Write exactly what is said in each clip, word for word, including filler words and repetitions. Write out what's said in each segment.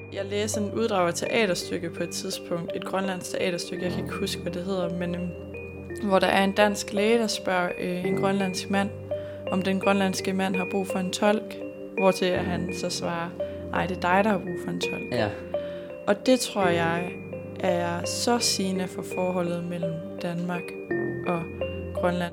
Jeg læste en uddrag af teaterstykke på et tidspunkt, et grønlandsk teaterstykke, jeg kan ikke huske, hvad det hedder, men øhm, hvor der er en dansk læge, der spørger øh, en grønlandsk mand, om den grønlandske mand har brug for en tolk, hvortil han så svarer, nej, det er dig, der har brug for en tolk. Ja. Og det tror jeg er så sigende for forholdet mellem Danmark og Grønland.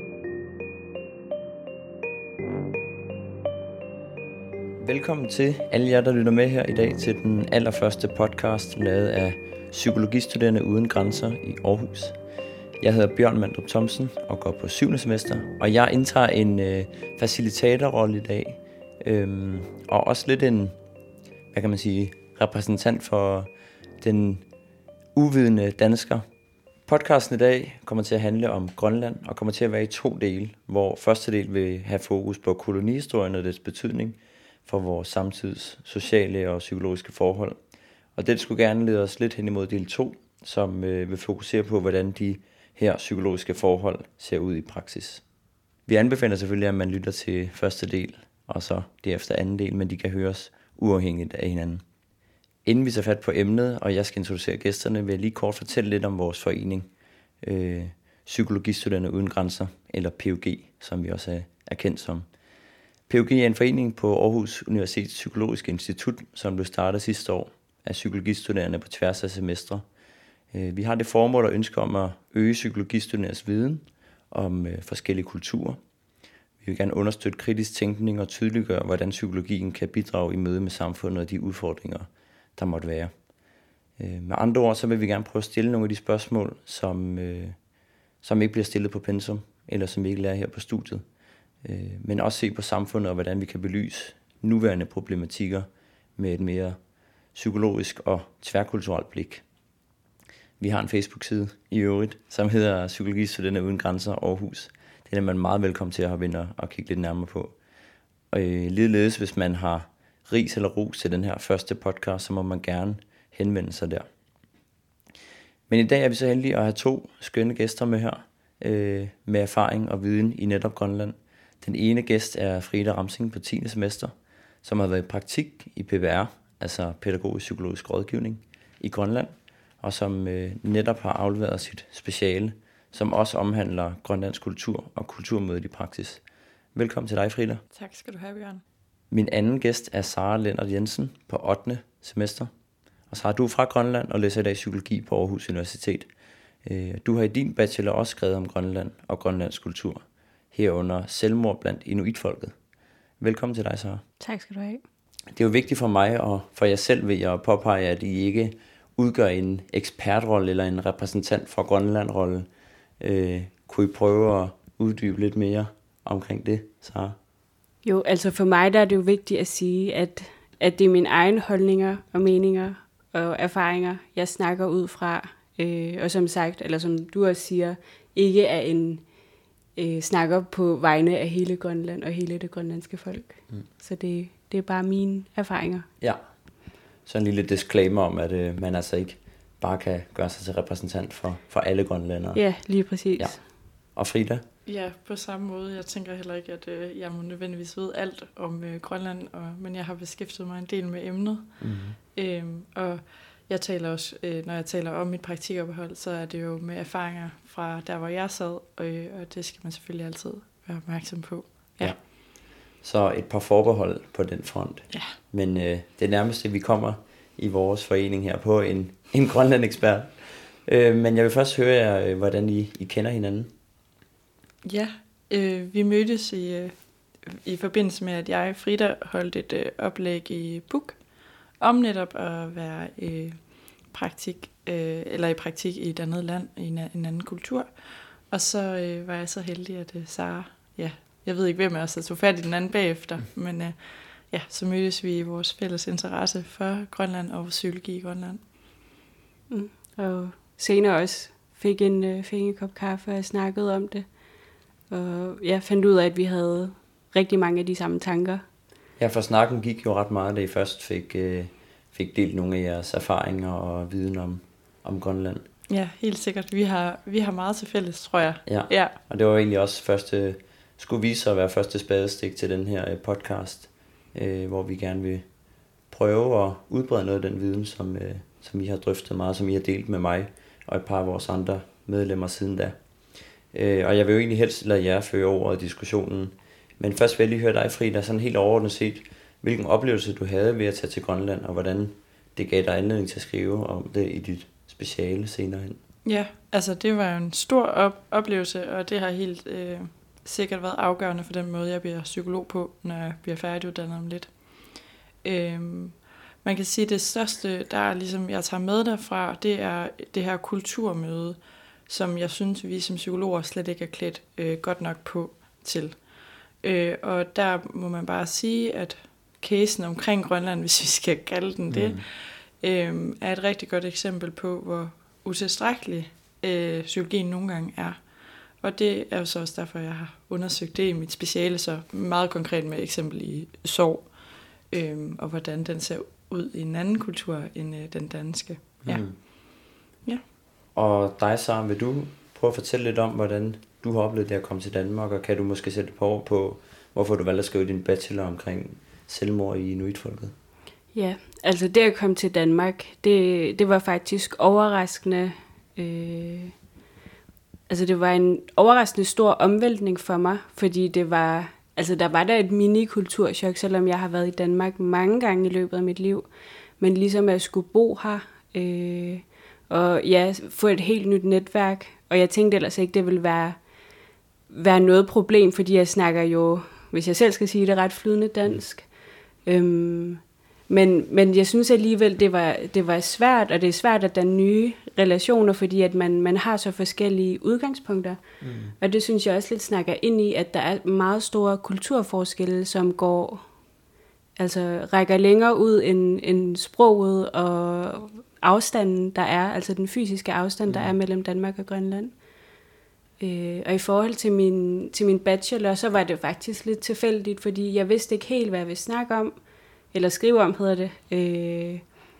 Velkommen til alle jer, der lytter med her i dag til den allerførste podcast, lavet af Psykologistuderende Uden Grænser i Aarhus. Jeg hedder Bjørn Mandrup Thomsen og går på syvende semester, og jeg indtager en øh, facilitatorrolle i dag, øhm, og også lidt en, hvad kan man sige, repræsentant for den uvidende dansker. Podcasten i dag kommer til at handle om Grønland og kommer til at være i to dele, hvor første del vil have fokus på kolonihistorien og dets betydning for vores samtids sociale og psykologiske forhold. Og det skulle gerne lede os lidt hen imod del to, som øh, vil fokusere på, hvordan de her psykologiske forhold ser ud i praksis. Vi anbefaler selvfølgelig, at man lytter til første del, og så derefter anden del, men de kan høres uafhængigt af hinanden. Inden vi tager fat på emnet, og jeg skal introducere gæsterne, vil jeg lige kort fortælle lidt om vores forening, øh, Psykologistuderende Uden Grænser, eller P U G, som vi også er, er kendt som. P U G er en forening på Aarhus Universitets Psykologiske Institut, som blev startet sidste år af psykologistuderende på tværs af semestre. Vi har det formål og ønske om at øge psykologistuderendes viden om forskellige kulturer. Vi vil gerne understøtte kritisk tænkning og tydeliggøre, hvordan psykologien kan bidrage i møde med samfundet og de udfordringer, der måtte være. Med andre ord, så vil vi gerne prøve at stille nogle af de spørgsmål, som, som ikke bliver stillet på pensum, eller som vi ikke lærer her på studiet. Men også se på samfundet og hvordan vi kan belyse nuværende problematikker med et mere psykologisk og tværkulturelt blik. Vi har en Facebook-side i øvrigt, som hedder Psykologistuderende Uden Grænser Aarhus. Det er man meget velkommen til at have venner og kigge lidt nærmere på. Og øh, ligeledes, hvis man har ris eller ros til den her første podcast, så må man gerne henvende sig der. Men i dag er vi så heldige at have to skønne gæster med her, øh, med erfaring og viden i netop Grønland. Den ene gæst er Frida Ramsing på tiende semester, som har været i praktik i P V R, altså Pædagogisk Psykologisk Rådgivning, i Grønland, og som øh, netop har afleveret sit speciale, som også omhandler grønlandsk kultur og kulturmødet i praksis. Velkommen til dig, Frida. Tak skal du have, Bjørn. Min anden gæst er Sara Lennart Jensen på ottende semester. Og Sara, du er fra Grønland og læser i dag psykologi på Aarhus Universitet. Du har i din bachelor også skrevet om Grønland og grønlandsk kultur, herunder selvmord blandt inuitfolket. Velkommen til dig, Sara. Tak skal du have. Det er jo vigtigt for mig og for jer selv vil jeg påpege, at I ikke udgør en ekspertrolle eller en repræsentant for Grønland-rolle. Øh, kunne I prøve at uddybe lidt mere omkring det, Sara? Jo, altså for mig der er det jo vigtigt at sige, at, at det er mine egne holdninger og meninger og erfaringer, jeg snakker ud fra. Øh, og som sagt, eller som du også siger, ikke er en øh, snakker på vegne af hele Grønland og hele det grønlandske folk. Mm. Så det, det er bare mine erfaringer. Ja, så en lille disclaimer om, at øh, man altså ikke bare kan gøre sig til repræsentant for, for alle grønlændere. Ja, lige præcis. Ja. Og Frida? Ja, på samme måde. Jeg tænker heller ikke, at øh, jeg må nødvendigvis vide alt om øh, Grønland, og, men jeg har beskæftiget mig en del med emnet. Mm-hmm. Øhm, og jeg taler også, øh, når jeg taler om mit praktikophold, så er det jo med erfaringer fra der, hvor jeg sad, og, øh, og det skal man selvfølgelig altid være opmærksom på. Ja. Ja. Så et par forbehold på den front. Ja. Men øh, det nærmeste, vi kommer i vores forening her på en, en Grønland-ekspert. Øh, men jeg vil først høre jer, øh, hvordan I, I kender hinanden. Ja, øh, vi mødtes i, øh, i forbindelse med, at jeg, Frida, holdt et øh, oplæg i B U K om netop at være øh, praktik, øh, eller i praktik i et andet land, i en, en anden kultur. Og så øh, var jeg så heldig, at øh, Sara, ja, jeg ved ikke hvem af os, der tog fat i den anden bagefter, mm. men øh, ja, så mødtes vi i vores fælles interesse for Grønland og psykologi i Grønland. Mm. Og senere også fik en, øh, fik en kop kaffe og snakkede om det. Og jeg fandt ud af, at vi havde rigtig mange af de samme tanker. Ja, for snakken gik jo ret meget, da I først fik, øh, fik delt nogle af jeres erfaringer og viden om, om Grønland. Ja, helt sikkert. Vi har, vi har meget til fælles, tror jeg. Ja, ja. Og det var egentlig også første, skulle vise sig at være første spadestik til den her podcast, øh, hvor vi gerne vil prøve at udbrede noget af den viden, som, øh, som I har drøftet meget, som I har delt med mig og et par af vores andre medlemmer siden da. Øh, og jeg vil jo egentlig helst lade jer føre ordet i diskussionen. Men først vil jeg lige høre dig, Frida, sådan helt overordnet set, hvilken oplevelse du havde ved at tage til Grønland, og hvordan det gav dig anledning til at skrive om det i dit speciale senere hen. Ja, altså det var jo en stor op- oplevelse, og det har helt øh, sikkert været afgørende for den måde, jeg bliver psykolog på, når jeg bliver færdiguddannet om lidt. Øh, man kan sige, at det største, der ligesom jeg tager med derfra, det er det her kulturmøde, som jeg synes, vi som psykologer slet ikke er klædt øh, godt nok på til. Øh, og der må man bare sige, at casen omkring Grønland, hvis vi skal kalde den det, mm. øh, er et rigtig godt eksempel på, hvor utilstrækkelig øh, psykologien nogle gange er. Og det er jo så også derfor, jeg har undersøgt det i mit speciale, så meget konkret med eksempel i sorg, øh, og hvordan den ser ud i en anden kultur end øh, den danske. Ja. Mm. Ja. Og dig, Sara, vil du prøve at fortælle lidt om, hvordan du har oplevet det at komme til Danmark, og kan du måske sætte et par ord på, hvorfor du valgte at skrive din bachelor omkring selvmord i inuitfolket? Ja, altså det at komme til Danmark, det, det var faktisk overraskende. Øh, altså det var en overraskende stor omvæltning for mig, fordi det var, altså der var der et mini-kulturschok, selvom jeg har været i Danmark mange gange i løbet af mit liv. Men ligesom at jeg skulle bo her, øh, og ja, få et helt nyt netværk, og jeg tænkte ellers ikke, det ville være, være noget problem, fordi jeg snakker jo, hvis jeg selv skal sige det, ret flydende dansk. Øhm, men, men jeg synes alligevel, det var, det var svært, og det er svært at danne nye relationer, fordi at man, man har så forskellige udgangspunkter. Mm. Og det synes jeg også lidt snakker ind i, at der er meget store kulturforskelle, som går, altså rækker længere ud end, end sproget og afstanden, der er, altså den fysiske afstand, mm. der er mellem Danmark og Grønland. Øh, og i forhold til min, til min bachelor, så var det faktisk lidt tilfældigt, fordi jeg vidste ikke helt, hvad jeg ville snakke om, eller skrive om, hedder det. Øh,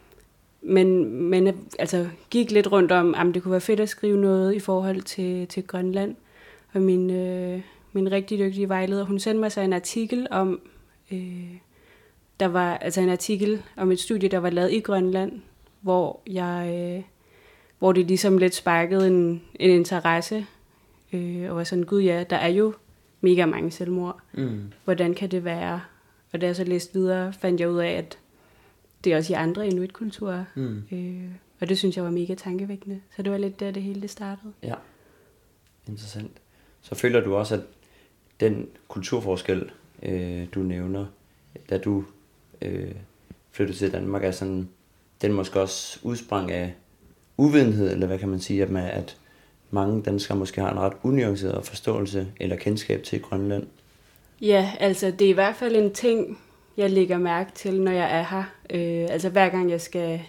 men men altså, gik lidt rundt om, om det kunne være fedt at skrive noget i forhold til, til Grønland. Og min, øh, min rigtig dygtige vejleder, hun sendte mig så en artikel om, øh, der var altså en artikel om et studie, der var lavet i Grønland, hvor jeg, øh, hvor det ligesom lidt sparkede en, en interesse. Øh, og var sådan, gud ja, der er jo mega mange selvmord. Mm. Hvordan kan det være? Og da jeg så læste videre, fandt jeg ud af, at det er også i andre inuitkulturer. Mm. Øh, og det synes jeg var mega tankevækkende. Så det var lidt der, det hele det startede. Ja, interessant. Så føler du også, at den kulturforskel, øh, du nævner, da du øh, flyttede til Danmark, er sådan, den måske også udsprang af uvidenhed, eller hvad kan man sige, at, man, at mange danskere måske har en ret unuanceret forståelse eller kendskab til Grønland? Ja, altså det er i hvert fald en ting, jeg lægger mærke til, når jeg er her. Øh, altså hver gang jeg skal,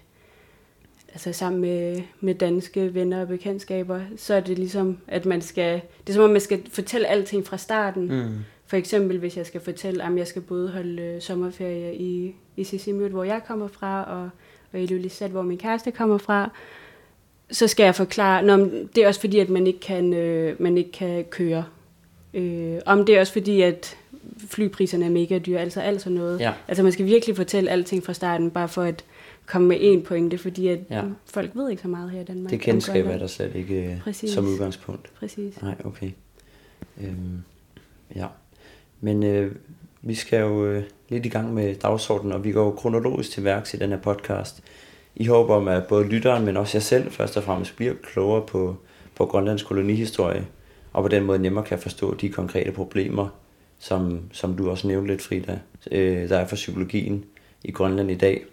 altså sammen med, med danske venner og bekendtskaber, så er det ligesom, at man skal, det er som om man skal fortælle alting fra starten. Mm. For eksempel hvis jeg skal fortælle, at jeg skal både holde øh, sommerferie i, i Sisimiut, hvor jeg kommer fra, og, og i Ilulissat, hvor min kæreste kommer fra, så skal jeg forklare, nå, det er også fordi, at man ikke kan, øh, man ikke kan køre. Øh, om det er også fordi, at flypriserne er mega dyre, altså alt sådan noget. Ja. Altså man skal virkelig fortælle alting fra starten, bare for at komme med en pointe, fordi at ja. folk ved ikke så meget her i Danmark. Det kendskab er der slet ikke Præcis. Som udgangspunkt. Præcis. Nej, okay. Øhm, ja. Men øh, vi skal jo øh, lidt i gang med dagsordenen, og vi går jo kronologisk til værks i den her podcast. I håber om, at både lytteren, men også jeg selv først og fremmest bliver klogere på, på Grønlands kolonihistorie, og på den måde nemmere kan forstå de konkrete problemer, som, som du også nævnte lidt, Frida, øh, der er for psykologien i Grønland i dag.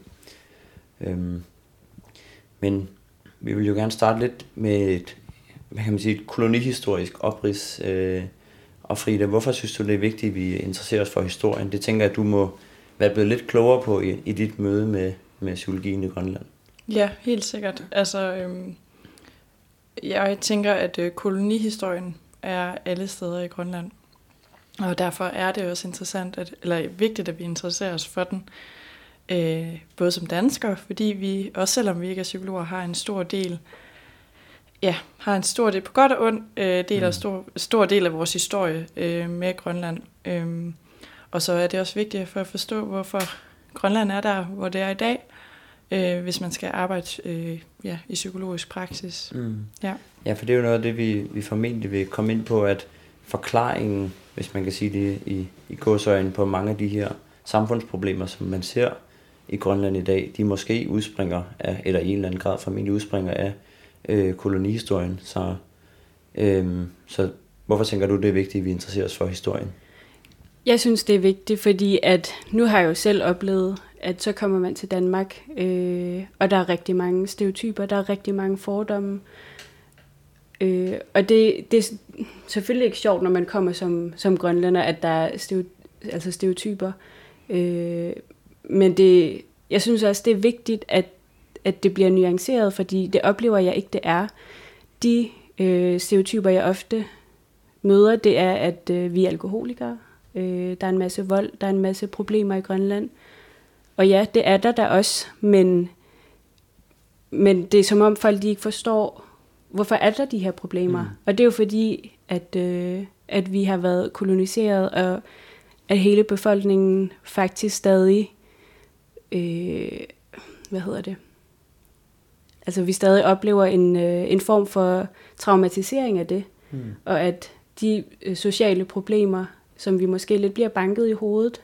Øhm, men vi vil jo gerne starte lidt med et, hvad kan man sige, et kolonihistorisk oprids. Øh, og Frida, hvorfor synes du, det er vigtigt, at vi interesserer os for historien? Det tænker jeg, at du må være blevet lidt klogere på i, i dit møde med, med psykologien i Grønland. Ja, helt sikkert. Altså, øhm, jeg tænker, at øh, kolonihistorien er alle steder i Grønland. Og derfor er det også interessant, at, eller vigtigt, at vi interesserer os for den. Øh, både som danskere, fordi vi, også selvom vi ikke er psykologer, har en stor del, ja, har en stor del, på godt og ondt, øh, del af stor, stor del af vores historie øh, med Grønland. Øh, og så er det også vigtigt for at forstå, hvorfor Grønland er der, hvor det er i dag, øh, hvis man skal arbejde øh, ja, i psykologisk praksis. Mm. Ja. ja, for det er jo noget af det, vi, vi formentlig vil komme ind på, at forklaringen, hvis man kan sige det i, i gåseøjne, på mange af de her samfundsproblemer, som man ser i Grønland i dag, de måske udspringer af, eller i en eller anden grad formentlig udspringer af øh, kolonihistorien. Så, øh, så hvorfor tænker du, det er vigtigt, at vi interesserer os for historien? Jeg synes, det er vigtigt, fordi at nu har jeg jo selv oplevet, at så kommer man til Danmark, øh, og der er rigtig mange stereotyper, der er rigtig mange fordomme. Øh, og det, det er selvfølgelig ikke sjovt, når man kommer som, som grønlænder, at der er stereotyper, altså stereotyper. Øh, men det, jeg synes også, det er vigtigt, at, at det bliver nuanceret, fordi det oplever jeg ikke, det er. De øh, stereotyper, jeg ofte møder, det er, at øh, vi er alkoholikere. Øh, der er en masse vold, der er en masse problemer i Grønland. Og ja, det er der der også, men, men det er som om folk de ikke forstår, hvorfor er der de her problemer. Mm. Og det er jo fordi, at, øh, at vi har været koloniseret, og at hele befolkningen faktisk stadig, øh, hvad hedder det? Altså vi stadig oplever en, øh, en form for traumatisering af det, mm. og at de øh, sociale problemer, som vi måske lidt bliver banket i hovedet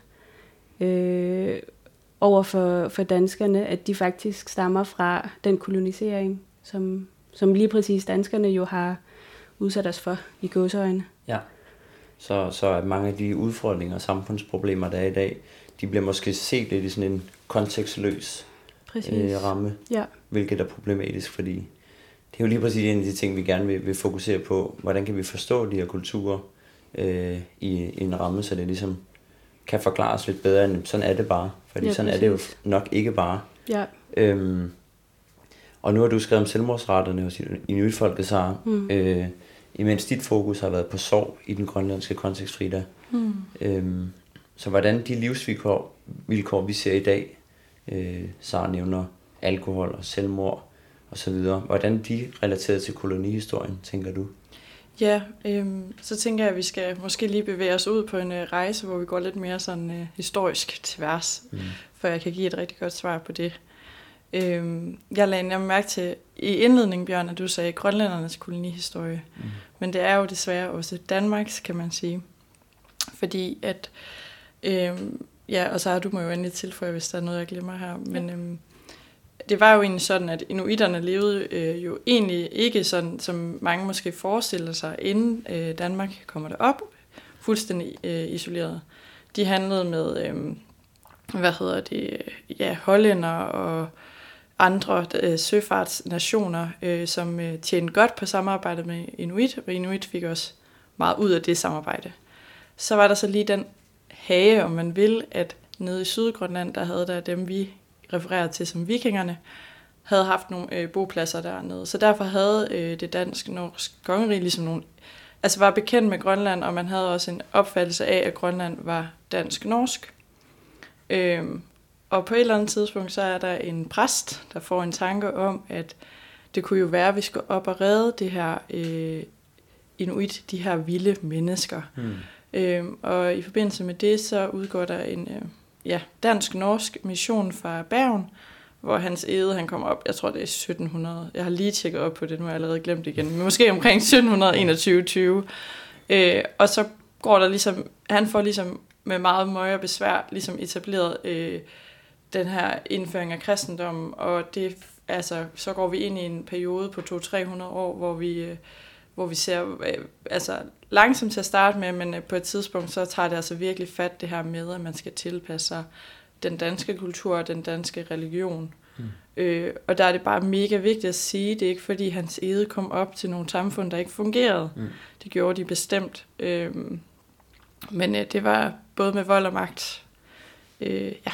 øh, over for, for danskerne, at de faktisk stammer fra den kolonisering, som, som lige præcis danskerne jo har udsat os for i gåseøjne. Ja, så, så at mange af de udfordringer og samfundsproblemer, der er i dag, de bliver måske set lidt i sådan en kontekstløs øh, ramme, ja. Hvilket er problematisk, fordi det er jo lige præcis en af de ting, vi gerne vil, vil fokusere på. Hvordan kan vi forstå de her kulturer øh, i, i en ramme, så det ligesom kan forklares lidt bedre, end sådan er det bare. Fordi ja, sådan præcis. Er det jo nok ikke bare. Ja. Øhm, og nu har du skrevet om selvmordsraterne hos inuitfolket, Sara, mm. øh, imens dit fokus har været på sorg i den grønlandske kontekst, Frida. Mm. Øhm, så hvordan de livsvilkår, vilkår, vi ser i dag, øh, Sara nævner alkohol og selvmord og så videre, hvordan de relateret til kolonihistorien, tænker du? Ja, øhm, så tænker jeg, at vi skal måske lige bevæge os ud på en øh, rejse, hvor vi går lidt mere sådan øh, historisk til værs, mm. for jeg kan give et rigtig godt svar på det. Øhm, jeg lagde nemlig mærke til i indledningen, Bjørn, at du sagde grønlændernes kolonihistorie, mm. men det er jo desværre også Danmarks, kan man sige. Fordi at, øhm, ja, og så har du må jo endelig tilføje, hvis der er noget, jeg glemmer her, men øhm, det var jo egentlig sådan, at inuiterne levede øh, jo egentlig ikke sådan, som mange måske forestiller sig, inden øh, Danmark kommer derop, fuldstændig øh, isoleret. De handlede med, øh, hvad hedder det, ja, hollænder og andre øh, søfartsnationer, øh, som øh, tjente godt på samarbejdet med inuit, og inuit fik også meget ud af det samarbejde. Så var der så lige den hage, om man vil, at nede i Sydgrønland, der havde der dem, vi refereret til som vikingerne, havde haft nogle øh, bopladser dernede. Så derfor havde øh, det dansk-norske kongerige ligesom nogle, altså var bekendt med Grønland, og man havde også en opfattelse af, at Grønland var dansk-norsk. Øhm, og på et eller andet tidspunkt, så er der en præst, der får en tanke om, at det kunne jo være, at vi skulle op og redde det her øh, inuit, de her vilde mennesker. Mm. Øhm, og i forbindelse med det, så udgår der en øh, ja, dansk-norsk mission fra Bergen, hvor hans ede, han kommer op, jeg tror det er sytten hundrede, jeg har lige tjekket op på det, nu har jeg allerede glemt det igen, men måske omkring sytten enogtyve tyve. Øh, og så går der ligesom, han får ligesom med meget møje og besvær ligesom etableret øh, den her indføring af kristendommen, og det, altså, så går vi ind i en periode på to til tre hundrede år, hvor vi, øh, hvor vi ser, øh, altså langsomt til at starte med, men øh, på et tidspunkt, så tager det altså virkelig fat det her med, at man skal tilpasse sig den danske kultur og den danske religion. Mm. Øh, og der er det bare mega vigtigt at sige, det er ikke fordi hans ede kom op til nogle samfund, der ikke fungerede. Mm. Det gjorde de bestemt. Øh, men øh, det var både med vold og magt. Øh, ja.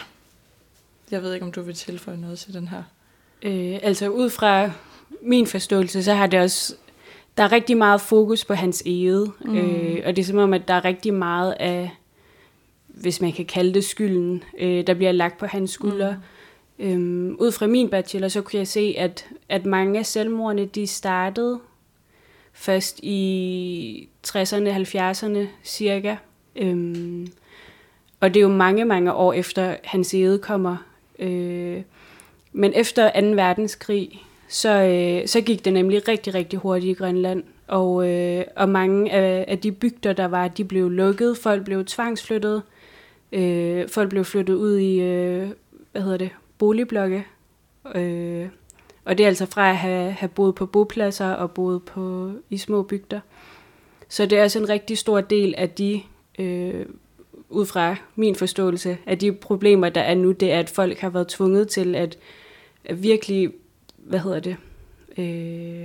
Jeg ved ikke, om du vil tilføje noget til den her. Øh, altså ud fra min forståelse, så har det også, der er rigtig meget fokus på hans ede. Mm. Øh, og det er som om, at der er rigtig meget af, hvis man kan kalde det skylden, øh, der bliver lagt på hans skuldre. Mm. Øhm, ud fra min bachelor, så kunne jeg se, at, at mange af selvmordene, de startede først i tresserne, halvfjerdserne cirka. Øhm, og det er jo mange, mange år efter Hans Egede kommer. Øh, men efter anden verdenskrig, så, øh, så gik det nemlig rigtig, rigtig hurtigt i Grønland. Og, øh, og mange af, af de bygder, der var, de blev lukket. Folk blev tvangsflyttet. Øh, folk blev flyttet ud i, øh, hvad hedder det, boligblokke. Øh, og det er altså fra at have, have boet på bopladser og boet på, i små bygder. Så det er altså en rigtig stor del af de, øh, ud fra min forståelse, af de problemer, der er nu, det er, at folk har været tvunget til at, at virkelig, hvad hedder det, øh,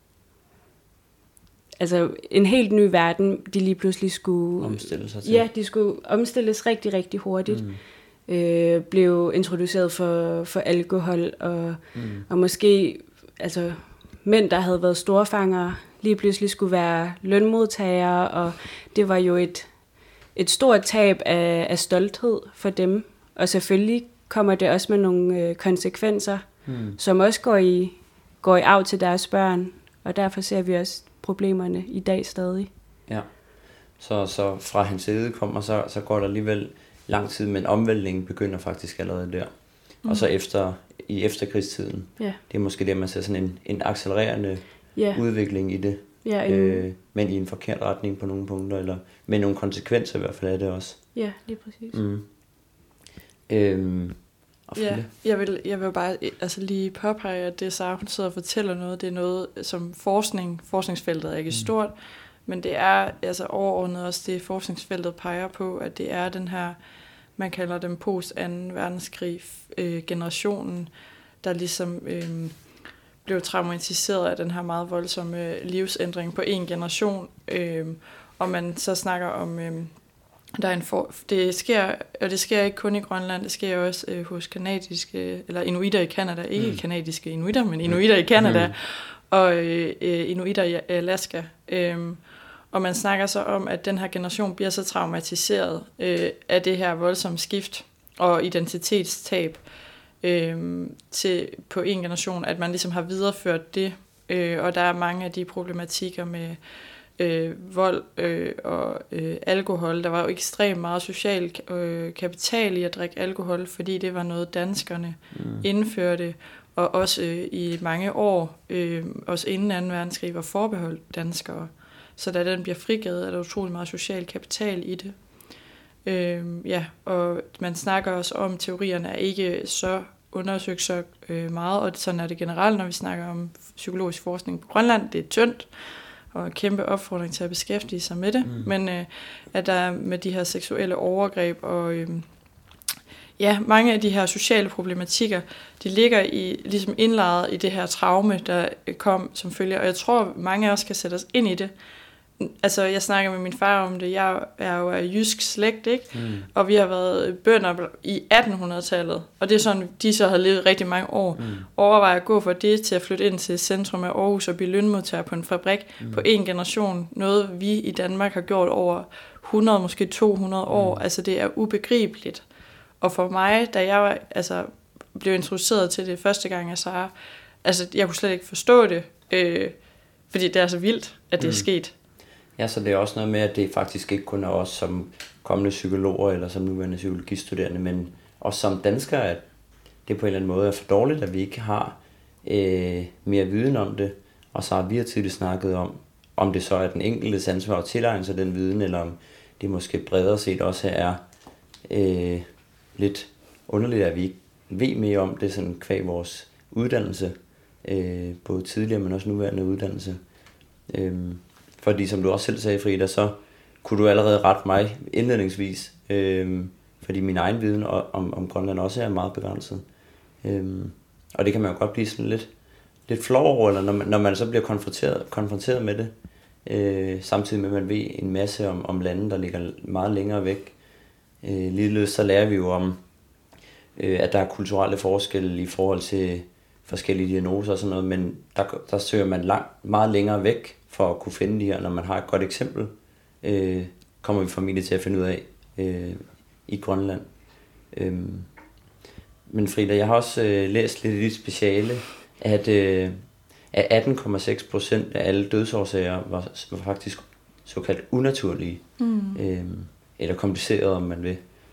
altså en helt ny verden, de lige pludselig skulle omstille sig til. Ja, de skulle omstilles rigtig, rigtig hurtigt. Mm. Øh, blev introduceret for, for alkohol, og, mm. og måske altså, mænd, der havde været storfangere, lige pludselig skulle være lønmodtagere, og det var jo et, et stort tab af, af stolthed for dem. Og selvfølgelig kommer det også med nogle øh, konsekvenser, mm. som også går i, går i arv til deres børn, og derfor ser vi også problemerne i dag stadig. Ja, så, så fra Hans Egede kommer, så, så går der alligevel lang tid, men omvæltningen begynder faktisk allerede der. Mm. Og så efter, i efterkrigstiden, yeah. det er måske det, man ser sådan en, en accelererende yeah. udvikling i det, yeah, øh, men i en forkert retning på nogle punkter, eller med nogle konsekvenser i hvert fald af det også. Ja, yeah, lige præcis. Mm. Øhm, Ja, jeg vil, jeg vil bare altså lige påpege, at det Sara, hun sidder og fortæller noget, det er noget som forskning, forskningsfeltet er ikke stort, mm. men det er altså overordnet også det, forskningsfeltet peger på, at det er den her, man kalder dem post-anden verdenskrig øh, generationen, der ligesom øh, blev traumatiseret af den her meget voldsomme livsændring på en generation, øh, og man så snakker om øh, Der er en for, det sker, og det sker ikke kun i Grønland, det sker også øh, hos kanadiske, eller inuitter i Canada, ikke mm. kanadiske inuitter, men inuitter i Canada, mm. og øh, inuitter i Alaska. Øhm, og man snakker så om, at den her generation bliver så traumatiseret øh, af det her voldsomme skift og identitetstab øh, til, på en generation, at man ligesom har videreført det, øh, og der er mange af de problematikker med Øh, vold øh, og øh, alkohol. Der var jo ekstremt meget social øh, kapital i at drikke alkohol, fordi det var noget danskerne mm. indførte, og også øh, i mange år, øh, også inden anden verdenskrig, var forbeholdt danskere. Så da den bliver frigivet, er der utrolig meget social kapital i det. Øh, ja, og man snakker også om, at teorierne er ikke så undersøgt så øh, meget, og sådan er det generelt, når vi snakker om psykologisk forskning på Grønland. Det er tyndt, og en kæmpe opfordring til at beskæftige sig med det, mm. men øh, at der med de her seksuelle overgreb og øh, ja, mange af de her sociale problematikker, de ligger i ligesom indlejret i det her traume, der kom som følge, og jeg tror, mange af os kan sætte os ind i det. Altså, jeg snakker med min far om det, jeg er jo af jysk slægt, ikke? Mm. Og vi har været bønder i attenhundredetallet, og det er sådan, de så har levet rigtig mange år. Mm. Overvejer at gå fra det til at flytte ind til centrum af Aarhus og blive lønmodtager på en fabrik mm. på en generation. Noget vi i Danmark har gjort over hundrede, måske to hundrede år. Mm. Altså, det er ubegribeligt. Og for mig, da jeg var, altså, blev introduceret til det første gang af Sara, altså, jeg kunne slet ikke forstå det, øh, fordi det er så vildt, at det mm. er sket. Ja, så det er også noget med, at det faktisk ikke kun er os som kommende psykologer eller som nuværende psykologistuderende, men også som danskere, at det på en eller anden måde er for dårligt, at vi ikke har øh, mere viden om det. Og så har vi tidligt snakket om, om det så er den enkeltes ansvar at tilegne sig den viden, eller om det måske bredere set også er øh, lidt underligt, at vi ikke ved mere om det, sådan kvæg vores uddannelse, øh, både tidligere, men også nuværende uddannelse. Øh, Fordi som du også selv sagde, Frida, så kunne du allerede rette mig indledningsvis, øhm, fordi min egen viden om, om Grønland også er meget begrænset. Øhm, og det kan man jo godt blive sådan lidt, lidt flov over, eller når man, når man så bliver konfronteret, konfronteret med det, øh, samtidig med at man ved en masse om, om lande, der ligger meget længere væk. Øh, ligeledes så lærer vi jo om, øh, at der er kulturelle forskelle i forhold til forskellige diagnoser og sådan noget, men der, der søger man langt, meget længere væk for at kunne finde de her, når man har et godt eksempel, øh, kommer vi formentlig til at finde ud af øh, i Grønland. Øhm. Men Frida, jeg har også øh, læst lidt i dit speciale, at, øh, at atten komma seks procent af alle dødsårsager var, var faktisk såkaldt unaturlige, mm. øh, eller komplicerede, om man vil.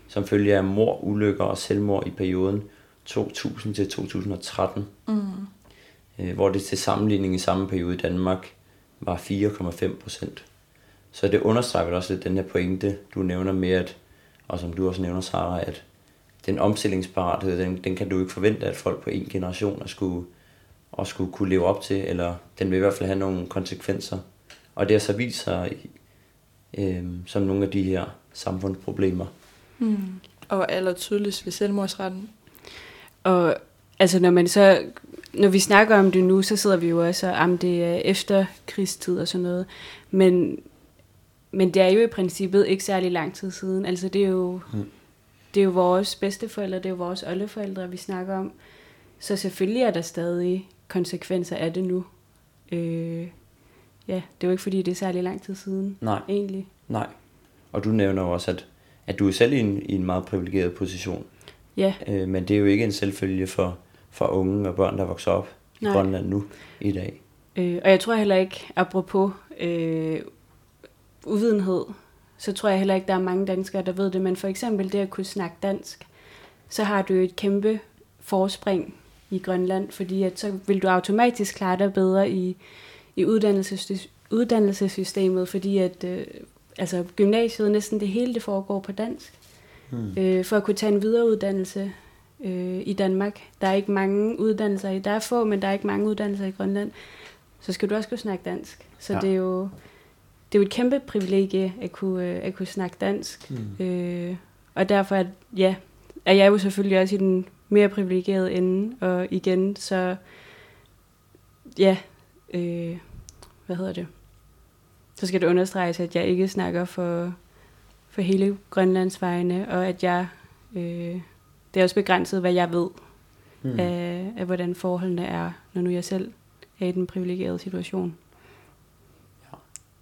som følge af mord, ulykker og selvmord i perioden to tusind til to tusind og tretten. Mm. Øh, hvor det til sammenligning i samme periode i Danmark var fire komma fem procent. Så det understreger også lidt den her pointe, du nævner med, at, og som du også nævner, Sara, at den omstillingsparathed, den, den kan du ikke forvente, at folk på en generation at skulle, at skulle kunne leve op til, eller den vil i hvert fald have nogle konsekvenser. Og det har så vist sig øh, som nogle af de her samfundsproblemer. Mm. Og aller tydeligst ved selvmordsretten. Og altså når man så, når vi snakker om det nu, så sidder vi jo også om det er efter krigstid og sådan noget. Men, men det er jo i princippet ikke særlig lang tid siden. Altså det er jo, mm. det er jo vores bedsteforældre, det er jo vores oldeforældre, vi snakker om. Så selvfølgelig er der stadig konsekvenser af det nu. Øh, ja, det er jo ikke fordi, det er særlig lang tid siden. Nej. Egentlig. Nej. Og du nævner jo også, at, at du er selv i en, i en meget privilegeret position. Ja. Øh, men det er jo ikke en selvfølge for, for unge og børn, der vokser op i Grønland nu i dag. Øh, og jeg tror heller ikke, apropos øh, uvidenhed, så tror jeg heller ikke, der er mange danskere, der ved det. Men for eksempel det at kunne snakke dansk, så har du et kæmpe forspring i Grønland, fordi at så vil du automatisk klare dig bedre i, i uddannelses, uddannelsessystemet, fordi at øh, altså, gymnasiet, næsten det hele, det foregår på dansk. Hmm. Øh, for at kunne tage en videreuddannelse øh, i Danmark. Der er ikke mange uddannelser i, der er få, men der er ikke mange uddannelser i Grønland. Så skal du også kunne snakke dansk. Så ja. det, er jo, det er jo et kæmpe privilegie at kunne, at kunne snakke dansk. Hmm. Øh, og derfor at, ja, er jeg jo selvfølgelig også i den mere privilegerede ende. Og igen, så ja, øh, hvad hedder det? Så skal det understreges, at jeg ikke snakker for for hele Grønlands vegne, og at jeg, øh, det er også begrænset, hvad jeg ved hmm. af, af, hvordan forholdene er, når nu jeg selv er i den privilegerede situation. Ja.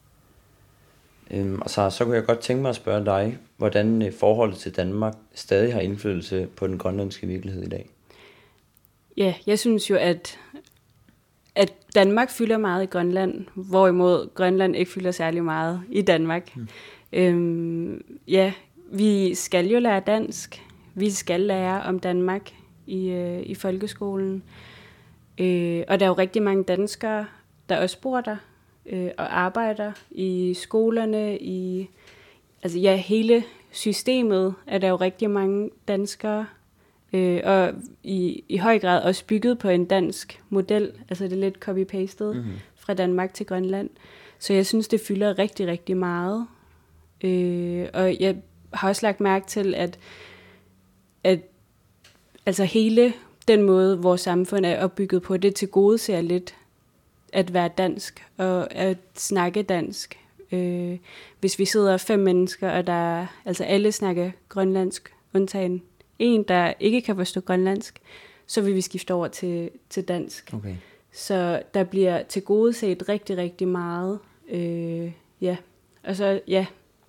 Øhm, og så, så kunne jeg godt tænke mig at spørge dig, hvordan forholdet til Danmark stadig har indflydelse på den grønlandske virkelighed i dag? Ja, jeg synes jo, at, at Danmark fylder meget i Grønland, hvorimod Grønland ikke fylder særlig meget i Danmark. Hmm. Øhm, ja, vi skal jo lære dansk. Vi skal lære om Danmark i, øh, i folkeskolen. Øh, og der er jo rigtig mange danskere, der også bor der øh, og arbejder i skolerne. I, altså ja, hele systemet er der jo rigtig mange danskere. Øh, og i, i høj grad også bygget på en dansk model. Altså det er lidt copy-pastet mm-hmm. fra Danmark til Grønland. Så jeg synes, det fylder rigtig, rigtig meget. Øh, og jeg har også lagt mærke til, at, at altså hele den måde, vores samfund er opbygget på, det tilgodeser lidt at være dansk og at snakke dansk. Øh, hvis vi sidder fem mennesker, og der altså alle snakker grønlandsk, undtagen en, der ikke kan forstå grønlandsk, så vil vi skifte over til, til dansk. Okay. Så der bliver tilgodeset rigtig, rigtig meget. Øh, ja, og så ja.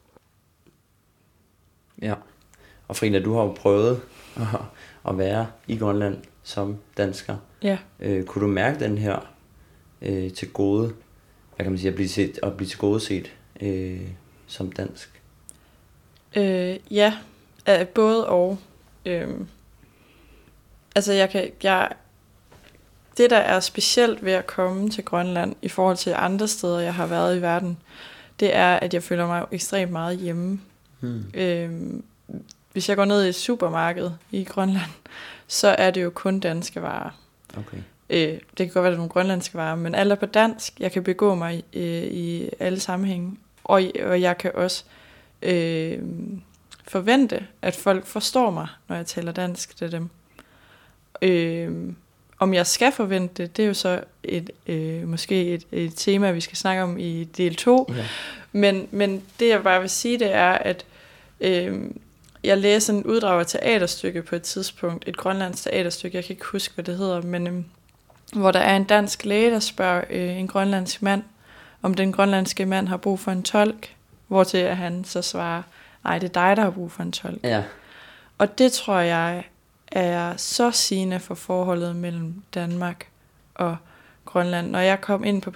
Ja, og Frida, du har jo prøvet at, at være i Grønland som dansker. Ja. Øh, kunne du mærke den her øh, til gode, hvad kan man sige, at blive, set, at blive til gode set øh, som dansk? Øh, ja, øh, både og. Øh, altså jeg kan, jeg, det der er specielt ved at komme til Grønland i forhold til andre steder, jeg har været i verden, det er, at jeg føler mig ekstremt meget hjemme. Hmm. Øhm, hvis jeg går ned i et supermarked i Grønland, så er det jo kun danske varer. Okay. Øh, det kan godt være, at det er nogle grønlandske varer, men alle er på dansk. Jeg kan begå mig øh, i alle sammenhænge, og, og jeg kan også øh, forvente, at folk forstår mig, når jeg taler dansk til dem. Øh, om jeg skal forvente det, det er jo så et, øh, måske et, et tema, vi skal snakke om i del to. Ja. Men, men det jeg bare vil sige, det er, at øh, jeg læser en uddrag af teaterstykke på et tidspunkt, et grønlandsk teaterstykke, jeg kan ikke huske, hvad det hedder, men øh, hvor der er en dansk læge, der spørger øh, en grønlandsk mand, om den grønlandske mand har brug for en tolk, hvortil han så svarer, nej, det er dig, der har brug for en tolk. Ja. Og det tror jeg er så sigende for forholdet mellem Danmark og Grønland. Når jeg kom ind på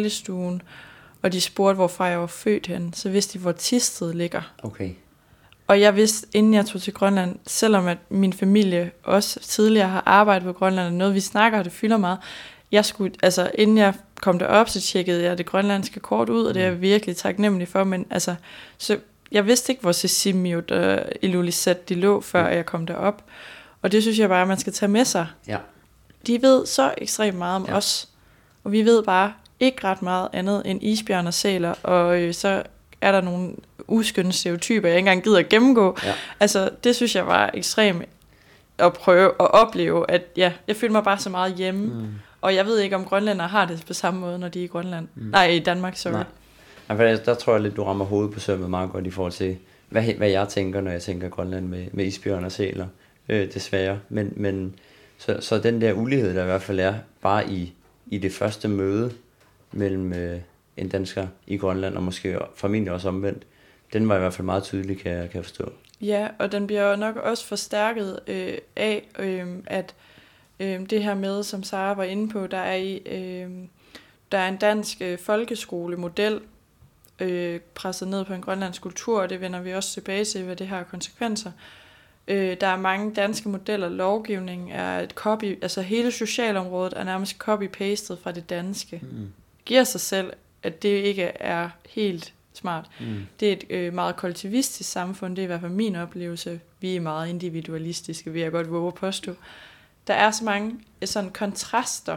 personalestuen, og de spurgte, hvorfra jeg var født hen, så vidste de, hvor Thisted ligger. Okay. Og jeg vidste, inden jeg tog til Grønland, selvom at min familie også tidligere har arbejdet på Grønland, og noget vi snakker, og det fylder meget, jeg skulle, altså inden jeg kom derop, så tjekkede jeg det grønlandske kort ud, og det er jeg virkelig taknemmelig for, men altså, så jeg vidste ikke, hvor Sisimiut og Ilulissat de lå, før jeg kom derop. Og det synes jeg bare, man skal tage med sig. Ja. De ved så ekstremt meget om ja. os, og vi ved bare ikke ret meget andet end isbjørn og sæler, og øh, så er der nogle uskønne stereotyper, jeg ikke engang gider at gennemgå. Ja. Altså, det synes jeg var ekstremt at prøve at opleve, at ja, jeg følte mig bare så meget hjemme, mm. og jeg ved ikke, om grønlændere har det på samme måde, når de er i Grønland. Mm. Nej, i Danmark, sorry. Nej. Ja, der tror jeg lidt, du rammer hovedet på sømmet meget godt i forhold til, hvad, hvad jeg tænker, når jeg tænker Grønland med, med isbjørn og sæler, øh, desværre. Men, men så, så den der ulighed, der i hvert fald er, bare i, i det første møde mellem øh, en dansker i Grønland, og måske formentlig også omvendt, den var i hvert fald meget tydelig, kan jeg, kan jeg forstå. Ja, og den bliver jo nok også forstærket øh, af, øh, at øh, det her med, som Sara var inde på, der er, i, øh, der er en dansk øh, folkeskolemodel, øh, presset ned på en grønlandsk kultur, og det vender vi også tilbage til, hvad det har konsekvenser. Øh, der er mange danske modeller, lovgivning er et copy, altså hele socialområdet er nærmest copy-pastet fra det danske. Mm. Giver sig selv, at det ikke er helt smart. Mm. Det er et øh, meget kollektivistisk samfund, det er i hvert fald min oplevelse. Vi er meget individualistiske, vil jeg godt våge at påstå. Der er så mange sådan kontraster,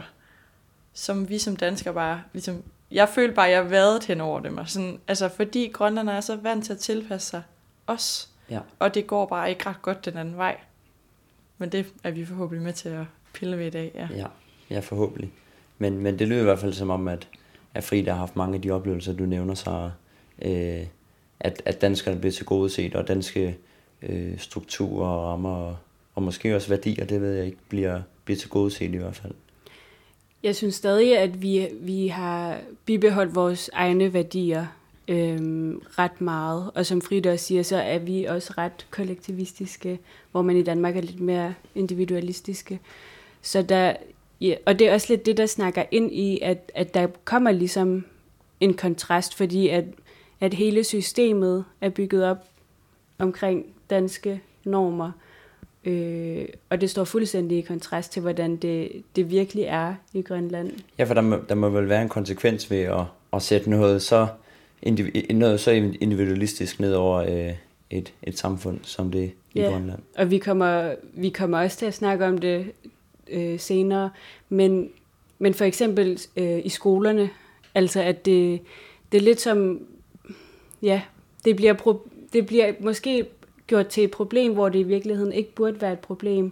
som vi som danskere bare, ligesom, jeg følte bare, at jeg vadet hen over dem. Og sådan, altså fordi grønlanderne er så vant til at tilpasse sig os, ja. Og det går bare ikke ret godt den anden vej. Men det er vi forhåbentlig med til at pille ved i dag. Ja, ja, ja forhåbentlig. Men, men det lyder i hvert fald som om, at, at Frida har haft mange af de oplevelser, du nævner, så øh, at, at danskerne bliver tilgodeset, og danske øh, strukturer og rammer, og, og måske også værdier, det ved jeg ikke, bliver, bliver tilgodeset i hvert fald. Jeg synes stadig, at vi, vi har bibeholdt vores egne værdier øhm, ret meget. Og som Frida også siger, så er vi også ret kollektivistiske, hvor man i Danmark er lidt mere individualistiske. Så der, ja, og det er også lidt det, der snakker ind i, at, at der kommer ligesom en kontrast, fordi at, at hele systemet er bygget op omkring danske normer. Øh, og det står fuldstændig i kontrast til, hvordan det, det virkelig er i Grønland. Ja, for der må, der må vel være en konsekvens ved at, at sætte noget så, indiv- noget så individualistisk ned over øh, et, et samfund som det i ja. Grønland. Og vi kommer, vi kommer også til at snakke om det øh, senere, men, men for eksempel øh, i skolerne, altså at det, det er lidt som, ja, det bliver, pro, det bliver måske gjort til et problem, hvor det i virkeligheden ikke burde være et problem,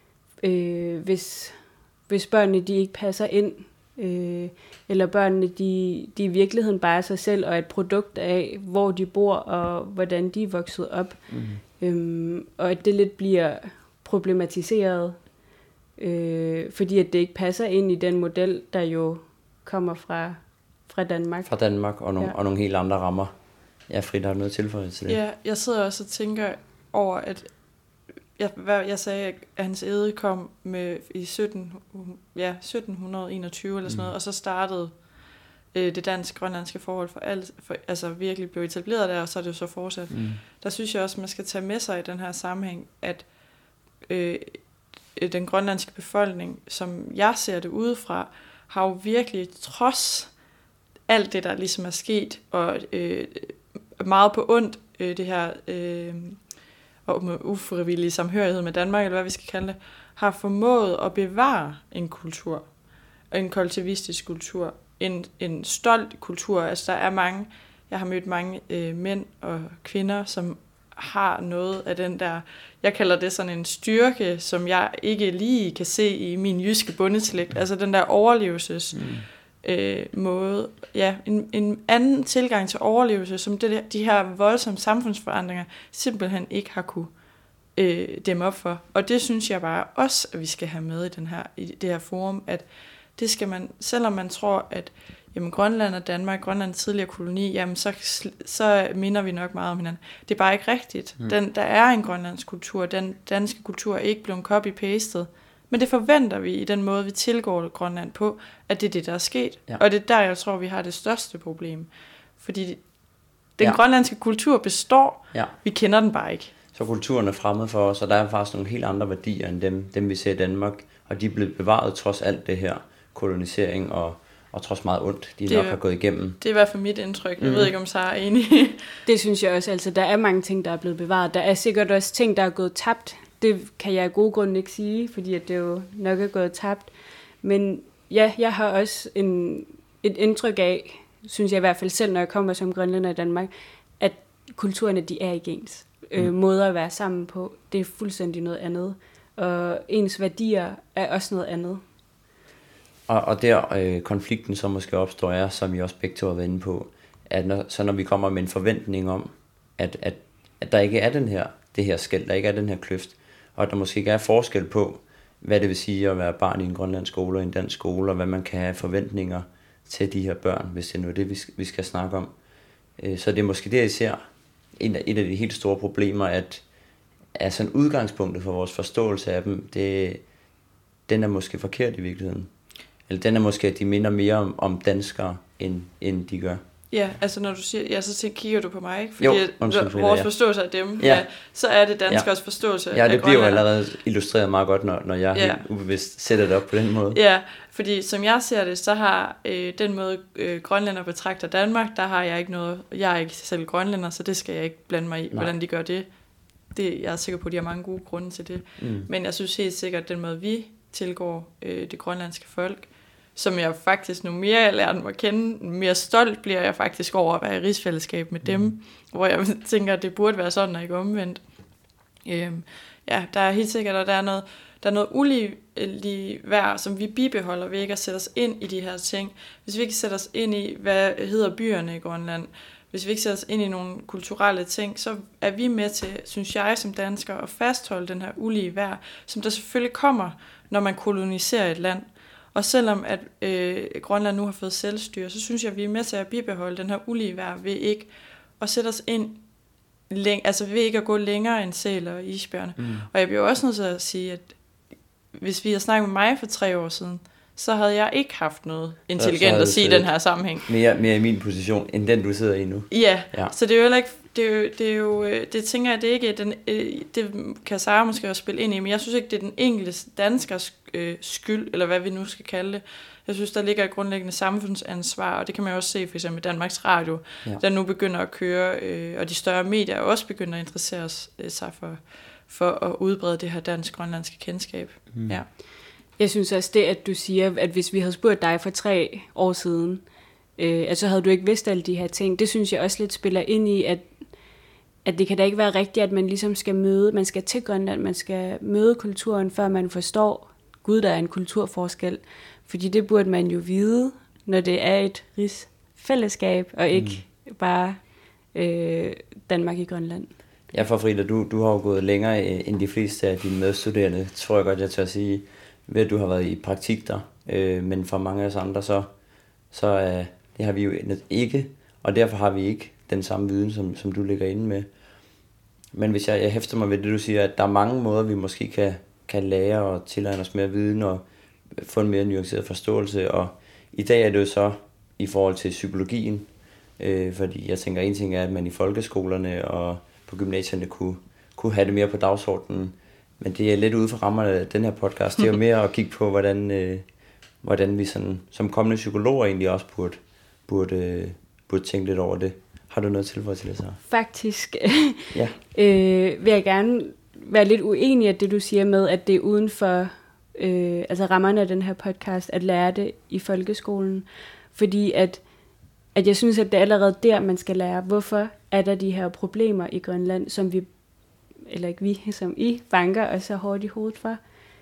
øh, hvis, hvis børnene de ikke passer ind, øh, eller børnene de, de i virkeligheden bare er sig selv og er et produkt af, hvor de bor og hvordan de er vokset op. Mm-hmm. Øhm, og at det lidt bliver problematiseret, øh, fordi at det ikke passer ind i den model, der jo kommer fra, fra Danmark. Fra Danmark og nogle, ja. og nogle helt andre rammer. Ja, Frida, har du noget tilføjet til det? Ja, jeg sidder også og tænker over, at jeg, jeg sagde, at hans æde kom med i sytten, ja, sytten enogtyve eller sådan noget, mm. og så startede øh, det dansk-grønlandske forhold for alt, for, altså virkelig blev etableret der, og så er det jo så fortsat. Mm. Der synes jeg også, man skal tage med sig i den her sammenhæng, at øh, den grønlandske befolkning, som jeg ser det udefra, har jo virkelig trods alt det, der ligesom er sket, og øh, meget på ondt, øh, det her øh, og med ufrivillig samhørighed med Danmark, eller hvad vi skal kalde det, har formået at bevare en kultur, en kollektivistisk kultur, en, en stolt kultur. Altså der er mange, jeg har mødt mange øh, mænd og kvinder, som har noget af den der, jeg kalder det sådan en styrke, som jeg ikke lige kan se i min jyske bondeslægt, altså den der overlevelses mm. øh, måde, ja, en, en anden tilgang til overlevelse, som det, de her voldsomme samfundsforandringer simpelthen ikke har kunne øh, dæmme op for. Og det synes jeg bare også, at vi skal have med i, den her, i det her forum, at det skal man, selvom man tror, at jamen, Grønland og Danmark, Grønland tidligere koloni, jamen så, så minder vi nok meget om hinanden. Det er bare ikke rigtigt. Mm. Den, der er en grønlandsk kultur, den danske kultur er ikke blevet copy-pastet, men det forventer vi i den måde, vi tilgår Grønland på, at det er det, der er sket. Ja. Og det er der, jeg tror, vi har det største problem. Fordi Den ja. grønlandske kultur består, ja. vi kender den bare ikke. Så kulturen er fremmed for os, og der er faktisk nogle helt andre værdier end dem, dem vi ser i Danmark. Og de er blevet bevaret trods alt det her kolonisering og, og trods meget ondt, de det nok er, har gået igennem. Det er i hvert fald mit indtryk. Jeg mm. ved ikke, om Sara er enig. Det synes jeg også. Altså, der er mange ting, der er blevet bevaret. Der er sikkert også ting, der er gået tabt. Det kan jeg af gode grunde ikke sige, fordi at det jo nok er gået tabt. Men ja, jeg har også en, et indtryk af, synes jeg i hvert fald selv, når jeg kommer som grønlænder i Danmark, at kulturerne, de er ikke ens. Mm. Øh, måder at være sammen på, det er fuldstændig noget andet. Og ens værdier er også noget andet. Og, og der øh, konflikten så måske opstår er, som I også begge to har været inde på, at når, så når vi kommer med en forventning om, at, at, at der ikke er den her, det her skel, der ikke er den her kløft, og at der måske ikke er forskel på, hvad det vil sige at være barn i en grønlandsk skole og en dansk skole, og hvad man kan have forventninger til de her børn, hvis det er noget det, vi skal, vi skal snakke om. Øh, så det er måske det, jeg ser, et af, et af de helt store problemer, at er sådan udgangspunktet for vores forståelse af dem, det, den er måske forkert i virkeligheden. Eller den er måske, at de minder mere om, om danskere, end, end de gør. Ja, altså når du siger, ja, så tænker, kigger du på mig, ikke? Fordi jo, at, undskyld, vores ja. forståelse af dem, ja. Ja, så er det danskers ja. forståelse ja, af det bliver jo grønlænder. allerede illustreret meget godt, når, når jeg ja. helt ubevidst sætter det op på den måde. Ja, fordi som jeg ser det, så har øh, den måde, øh, grønlænder betragter Danmark, der har jeg ikke noget, jeg er ikke selv grønlænder, så det skal jeg ikke blande mig i, Nej. hvordan de gør det. det. Jeg er sikker på, at de har mange gode grunde til det. Mm. Men jeg synes helt sikkert, at den måde, vi tilgår øh, det grønlandske folk, som jeg faktisk, nu mere jeg lærer dem at kende, mere stolt bliver jeg faktisk over at være i rigsfællesskab med dem, mm. hvor jeg tænker, at det burde være sådan, og ikke omvendt. Øhm, ja, der er helt sikkert, at der er noget, der er noget uligeværd, som vi bibeholder ved ikke at sætte os ind i de her ting. Hvis vi ikke sætter os ind i, hvad hedder byerne i Grønland, hvis vi ikke sætter os ind i nogle kulturelle ting, så er vi med til, synes jeg som danskere, at fastholde den her uligeværd, som der selvfølgelig kommer, når man koloniserer et land. Og selvom at øh, Grønland nu har fået selvstyre, så synes jeg, at vi er med til at bibeholde den her uligeværd ved ikke at sætte os ind, læng- altså ved ikke at gå længere end sæler og isbjørne. Mm. Og jeg bliver også nødt til at sige, at hvis vi havde snakket med mig for tre år siden, så havde jeg ikke haft noget intelligent at sige i den her sammenhæng. Mere, mere i min position, end den du sidder i nu. Ja, ja. Så det er jo heller ikke, det er jo, det er jo, det tænker jeg, det er ikke, den, det kan Sara måske også spille ind i, men jeg synes ikke, det er den enkelte danskers øh, skyld, eller hvad vi nu skal kalde det. Jeg synes, der ligger et grundlæggende samfundsansvar, og det kan man jo også se for eksempel Danmarks Radio, ja. Der nu begynder at køre, øh, og de større medier også begynder at interessere sig for, for at udbrede det her dansk-grønlandske kendskab. Mm. Ja. Jeg synes også det, at du siger, at hvis vi havde spurgt dig for tre år siden, øh, at så havde du ikke vidst alle de her ting. Det synes jeg også lidt spiller ind i, at, at det kan da ikke være rigtigt, at man ligesom skal møde, man skal til Grønland, man skal møde kulturen, før man forstår, gud, der er en kulturforskel. Fordi det burde man jo vide, når det er et rigsfællesskab, og ikke mm. bare øh, Danmark i Grønland. Ja, for Frida, du, du har jo gået længere end de fleste af dine medstuderende, tror jeg godt, jeg tør at sige, ved at du har været i praktik der, øh, men for mange af os andre, så, så øh, det har vi jo ikke, og derfor har vi ikke den samme viden, som, som du ligger inde med. Men hvis jeg, jeg hæfter mig ved det, du siger, at der er mange måder, vi måske kan, kan lære og tilegne os mere viden og få en mere nuanceret forståelse, og i dag er det jo så i forhold til psykologien, øh, fordi jeg tænker, en ting er, at man i folkeskolerne og på gymnasierne kunne, kunne have det mere på dagsordenen. Men det er lidt ude for rammerne af den her podcast. Det er jo mere at kigge på, hvordan, øh, hvordan vi sådan, som kommende psykologer egentlig også burde, burde, øh, burde tænke lidt over det. Har du noget tilføje til det så? Faktisk ja. øh, vil jeg gerne være lidt uenig af det, du siger med, at det er uden for øh, altså rammerne af den her podcast, at lære det i folkeskolen. Fordi at, at jeg synes, at det er allerede der, man skal lære, hvorfor er der de her problemer i Grønland, som vi eller ikke vi, som I banker og så hårdt i hovedet for.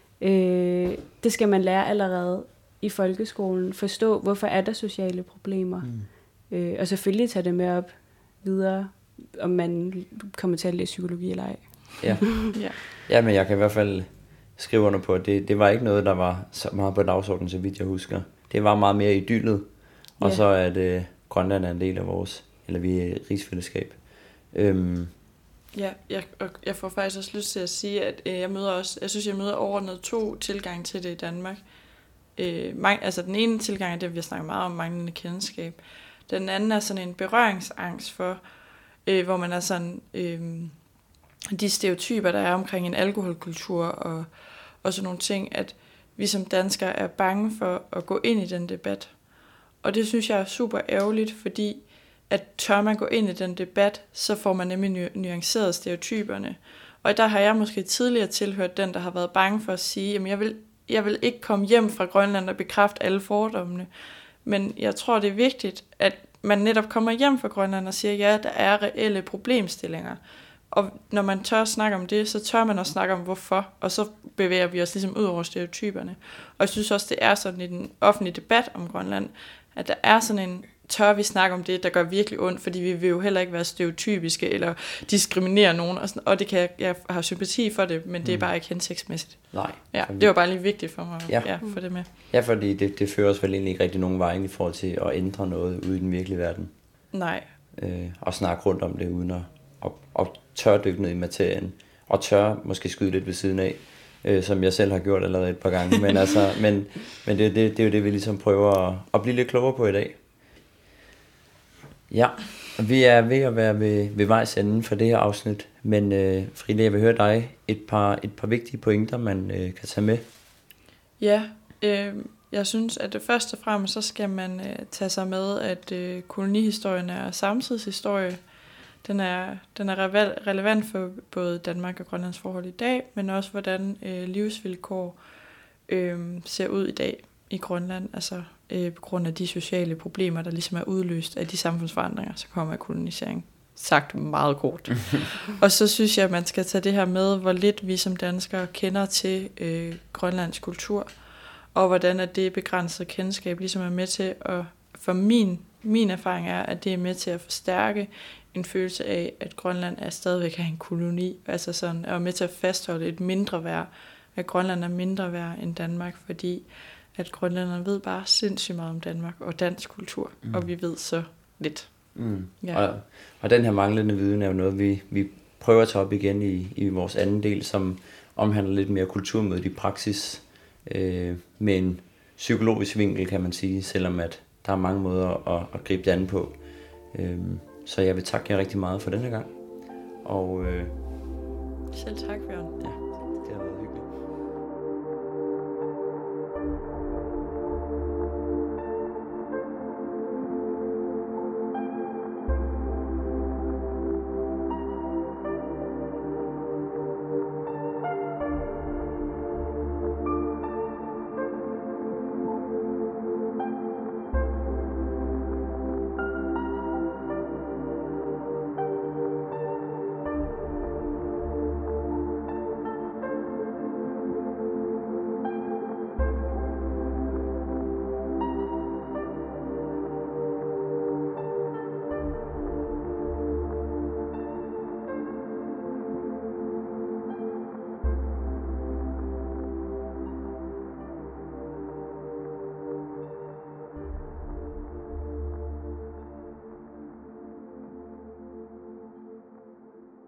Øh, det skal man lære allerede i folkeskolen. Forstå, hvorfor er der sociale problemer. Mm. Øh, og selvfølgelig tage det med op videre, om man kommer til at læse psykologi eller ej. Ja. ja. ja, men jeg kan i hvert fald skrive under på, at det, det var ikke noget, der var så meget på dagsordenen, så vidt jeg husker. Det var meget mere idyllet. Og ja. Så er det, Grønland er en del af vores, eller vi er rigsfællesskab. Øhm, Ja, jeg, og jeg får faktisk også lyst til at sige, at øh, jeg møder også, jeg synes, jeg møder overordnet to tilgange til det i Danmark. Øh, man, altså den ene tilgang er det, vi har snakket meget om, manglende kendskab. Den anden er sådan en berøringsangst for øh, hvor man er sådan, øh, de stereotyper, der er omkring en alkoholkultur og, og sådan nogle ting, at vi som danskere er bange for at gå ind i den debat. Og det synes jeg er super ærgerligt, fordi at tør man gå ind i den debat, så får man nemlig nu- nuanceret stereotyperne. Og der har jeg måske tidligere tilhørt den, der har været bange for at sige, jamen jeg vil, jeg vil ikke komme hjem fra Grønland og bekræfte alle fordommene. Men jeg tror, det er vigtigt, at man netop kommer hjem fra Grønland og siger, ja, der er reelle problemstillinger. Og når man tør at snakke om det, så tør man også snakke om hvorfor, og så bevæger vi os ligesom ud over stereotyperne. Og jeg synes også, det er sådan i den offentlige debat om Grønland, at der er sådan en, tør vi snakke om det, der gør virkelig ondt, fordi vi vil jo heller ikke være stereotypiske eller diskriminere nogen, og, sådan, og det kan jeg, jeg har sympati for det, men det er bare ikke hensigtsmæssigt. Nej. Ja, det var bare lige vigtigt for mig ja. Ja, for det med. Ja, fordi det, det fører os vel egentlig ikke rigtig nogen vej i forhold til at ændre noget ude i den virkelige verden. Nej. Øh, og snakke rundt om det uden at og, og tør dykke ned i materien, og tør måske skyde lidt ved siden af, øh, som jeg selv har gjort allerede et par gange, men, altså, men, men det, det, det er jo det, vi ligesom prøver at, at blive lidt klogere på i dag. Ja, vi er ved at være ved, ved vejs ende for det her afsnit, men øh, Frida, jeg vil høre dig et par, et par vigtige pointer, man øh, kan tage med. Ja, øh, jeg synes, at det først og fremmest, så skal man øh, tage sig med, at øh, kolonihistorien er samtidshistorie. Den er, den er relevant for både Danmark og Grønlands forhold i dag, men også hvordan øh, livsvilkår øh, ser ud i dag i Grønland, altså øh, på grund af de sociale problemer, der ligesom er udløst af de samfundsforandringer, så kommer af kolonisering. Sagt meget kort. Og så synes jeg, at man skal tage det her med, hvor lidt vi som danskere kender til øh, Grønlands kultur, og hvordan at det begrænsede kendskab ligesom er med til at, for min, min erfaring er, at det er med til at forstærke en følelse af, at Grønland er stadigvæk en koloni, altså sådan, er med til at fastholde et mindre værd, at Grønland er mindre værd end Danmark, fordi at grønlænderne ved bare sindssygt meget om Danmark og dansk kultur, mm. og vi ved så lidt. Mm. Ja. Og, og den her manglende viden er jo noget, vi, vi prøver at tage op igen i, i vores anden del, som omhandler lidt mere kulturmødet i praksis, øh, med en psykologisk vinkel, kan man sige, selvom at der er mange måder at, at gribe det an på. Øh, så jeg vil takke jer rigtig meget for denne gang. Og, øh, Selv tak, Bjørn. Ja.